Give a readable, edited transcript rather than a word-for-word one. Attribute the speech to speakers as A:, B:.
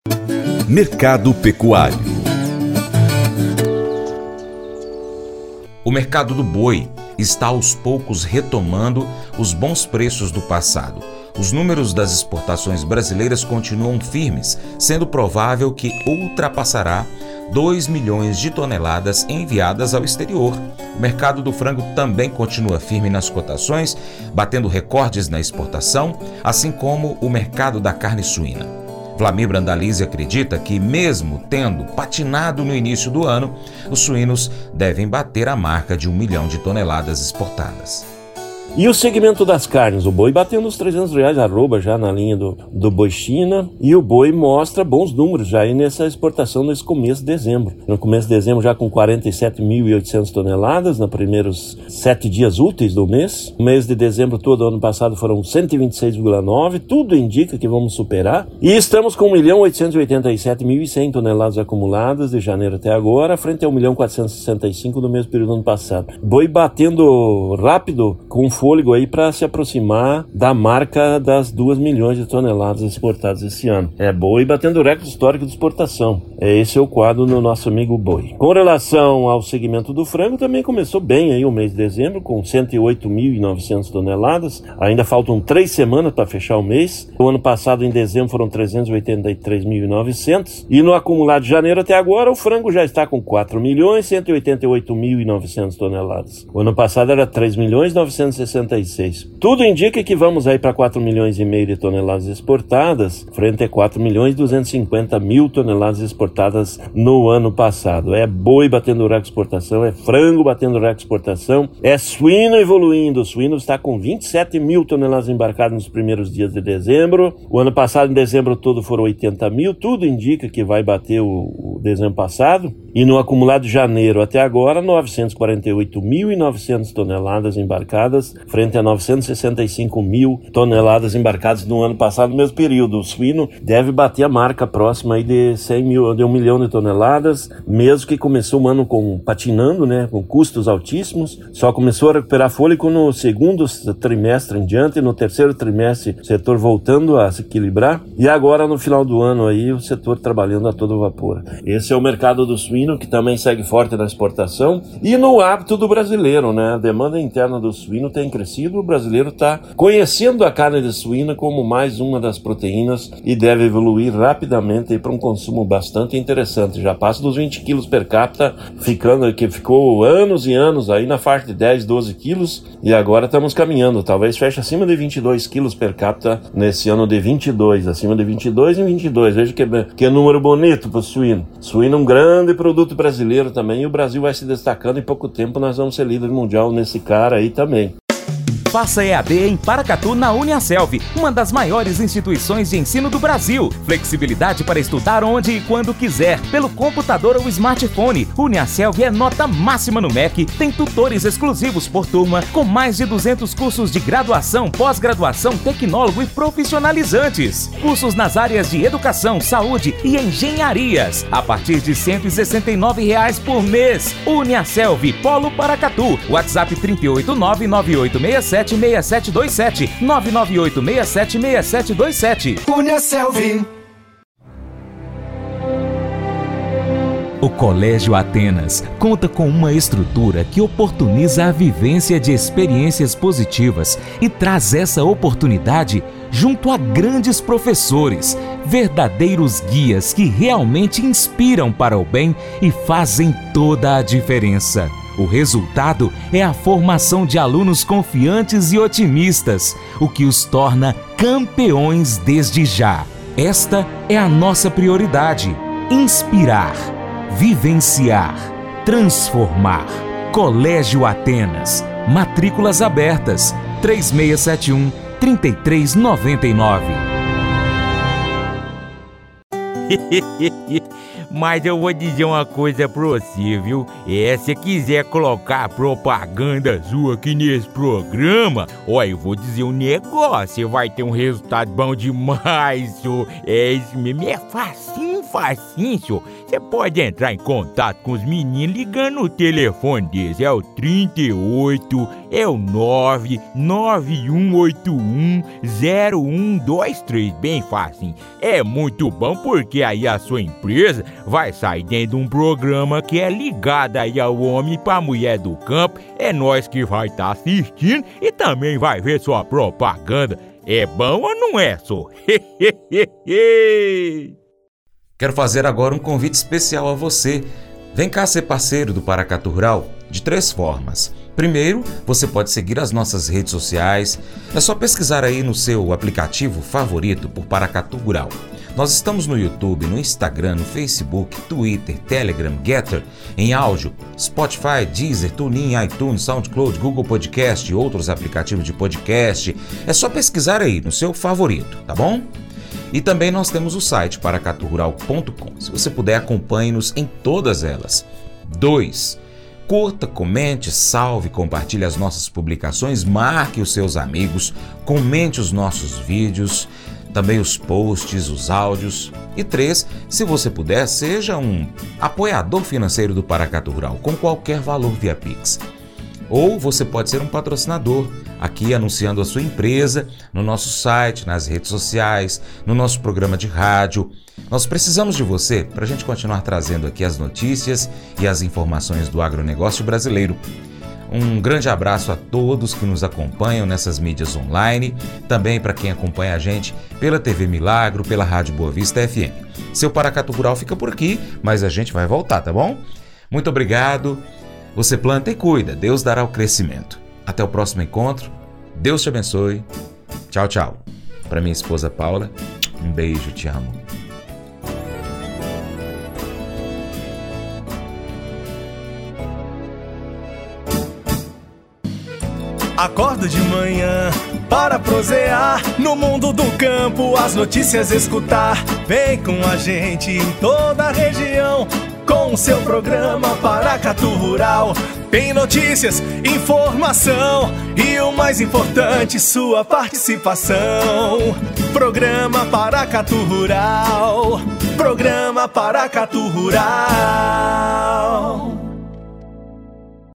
A: Mercado pecuário.
B: O mercado do boi está aos poucos retomando os bons preços do passado. Os números das exportações brasileiras continuam firmes, sendo provável que ultrapassará 2 milhões de toneladas enviadas ao exterior. O mercado do frango também continua firme nas cotações, batendo recordes na exportação, assim como o mercado da carne suína. Vlamir Brandalize acredita que, mesmo tendo patinado no início do ano, os suínos devem bater a marca de 1 milhão de toneladas exportadas.
C: E o segmento das carnes, o boi batendo os R$300, arroba já na linha do boi China, e o boi mostra bons números já aí nessa exportação nesse começo de dezembro. No começo de dezembro já com 47.800 toneladas, nos primeiros 7 dias úteis do mês. O mês de dezembro todo, ano passado, foram 126,9, tudo indica que vamos superar. E estamos com 1.887.100 toneladas acumuladas de janeiro até agora, frente a 1.465 do mesmo período do ano passado. Boi batendo rápido, com fôlego aí para se aproximar da marca das 2 milhões de toneladas exportadas esse ano. É boi batendo o recorde histórico de exportação. Esse é o quadro do nosso amigo boi. Com relação ao segmento do frango, também começou bem aí o mês de dezembro, com 108.900 toneladas. Ainda faltam 3 semanas para fechar o mês. O ano passado, em dezembro, foram 383.900. E no acumulado de janeiro até agora, o frango já está com 4.188.900 toneladas. O ano passado era 3.966. Tudo indica que vamos aí para 4 milhões e meio de toneladas exportadas, frente a 4.250.000 toneladas exportadas no ano passado. É boi batendo o recorde de exportação, é frango batendo o recorde de exportação, é suíno evoluindo. O suíno está com 27.000 toneladas embarcadas nos primeiros dias de dezembro. O ano passado, em dezembro todo, foram 80.000. Tudo indica que vai bater o dezembro passado. E no acumulado de janeiro até agora, 948.900 toneladas embarcadas, frente a 965.000 toneladas embarcadas no ano passado, no mesmo período. O suíno deve bater a marca próxima aí de 1 milhão de toneladas, mesmo que começou o ano patinando, né, com custos altíssimos. Só começou a recuperar fôlego no segundo trimestre em diante, no terceiro trimestre o setor voltando a se equilibrar, e agora no final do ano aí o setor trabalhando a todo vapor. Esse é o mercado do suíno, que também segue forte na exportação, e no hábito do brasileiro, né? A demanda interna do suíno tem crescido, o brasileiro está conhecendo a carne de suína como mais uma das proteínas e deve evoluir rapidamente para um consumo bastante interessante. Já passa dos 20 quilos per capita, que ficou anos e anos aí na faixa de 10, 12 quilos, e agora estamos caminhando, talvez feche acima de 22 quilos per capita nesse ano de 22, acima de 22 em 22, veja que número bonito para o suíno. Suíno é um grande produto brasileiro também, e o Brasil vai se destacando. Em pouco tempo nós vamos ser líder mundial nesse cara aí também.
D: Faça EAD em Paracatu na Uniaselv, uma das maiores instituições de ensino do Brasil. Flexibilidade para estudar onde e quando quiser, pelo computador ou smartphone. Uniaselv é nota máxima no MEC, tem tutores exclusivos por turma, com mais de 200 cursos de graduação, pós-graduação, tecnólogo e profissionalizantes. Cursos nas áreas de educação, saúde e engenharias, a partir de R$ 169 por mês. Uniaselv, Polo Paracatu. WhatsApp 38998676727, 998676727.
E: Uniaselv.
D: O Colégio Atenas conta com uma estrutura que oportuniza a vivência de experiências positivas e traz essa oportunidade junto a grandes professores, verdadeiros guias que realmente inspiram para o bem e fazem toda a diferença. O resultado é a formação de alunos confiantes e otimistas, o que os torna campeões desde já. Esta é a nossa prioridade: inspirar, vivenciar, transformar. Colégio Atenas. Matrículas abertas. 3671-3399.
F: Mas eu vou dizer uma coisa pra você, viu? Se quiser colocar propaganda sua aqui nesse programa, eu vou dizer um negócio, você vai ter um resultado bom demais, senhor. Isso mesmo, é facinho, senhor. Você pode entrar em contato com os meninos ligando no telefone deles, é o 38 é o 991810123, bem fácil. É muito bom porque aí a sua empresa vai sair dentro de um programa que é ligado aí ao homem para a mulher do campo. É nós que vai estar assistindo e também vai ver sua propaganda. É bom ou não é, só?
B: Quero fazer agora um convite especial a você. Vem cá ser parceiro do Paracatu Rural de 3 formas. Primeiro, você pode seguir as nossas redes sociais. É só pesquisar aí no seu aplicativo favorito por Paracatu Rural. Nós estamos no YouTube, no Instagram, no Facebook, Twitter, Telegram, Getter, em áudio, Spotify, Deezer, TuneIn, iTunes, SoundCloud, Google Podcast e outros aplicativos de podcast. É só pesquisar aí no seu favorito, tá bom? E também nós temos o site paracaturural.com. Se você puder, acompanhe-nos em todas elas. 2. Curta, comente, salve, compartilhe as nossas publicações, marque os seus amigos, comente os nossos vídeos, também os posts, os áudios. E 3, se você puder, seja um apoiador financeiro do Paracatu Rural, com qualquer valor via Pix. Ou você pode ser um patrocinador, aqui anunciando a sua empresa no nosso site, nas redes sociais, no nosso programa de rádio. Nós precisamos de você para a gente continuar trazendo aqui as notícias e as informações do agronegócio brasileiro. Um grande abraço a todos que nos acompanham nessas mídias online, também para quem acompanha a gente pela TV Milagro, pela Rádio Boa Vista FM. Seu Paracatu Rural fica por aqui, mas a gente vai voltar, tá bom? Muito obrigado. Você planta e cuida, Deus dará o crescimento. Até o próximo encontro. Deus te abençoe. Tchau, tchau. Para minha esposa Paula, um beijo, te amo.
A: Acordo de manhã para prosear no mundo do campo, as notícias escutar. Vem com a gente em toda a região com o seu programa Paracatu Rural. Tem notícias, informação e o mais importante, sua participação. Programa Paracatu Rural. Programa Paracatu Rural.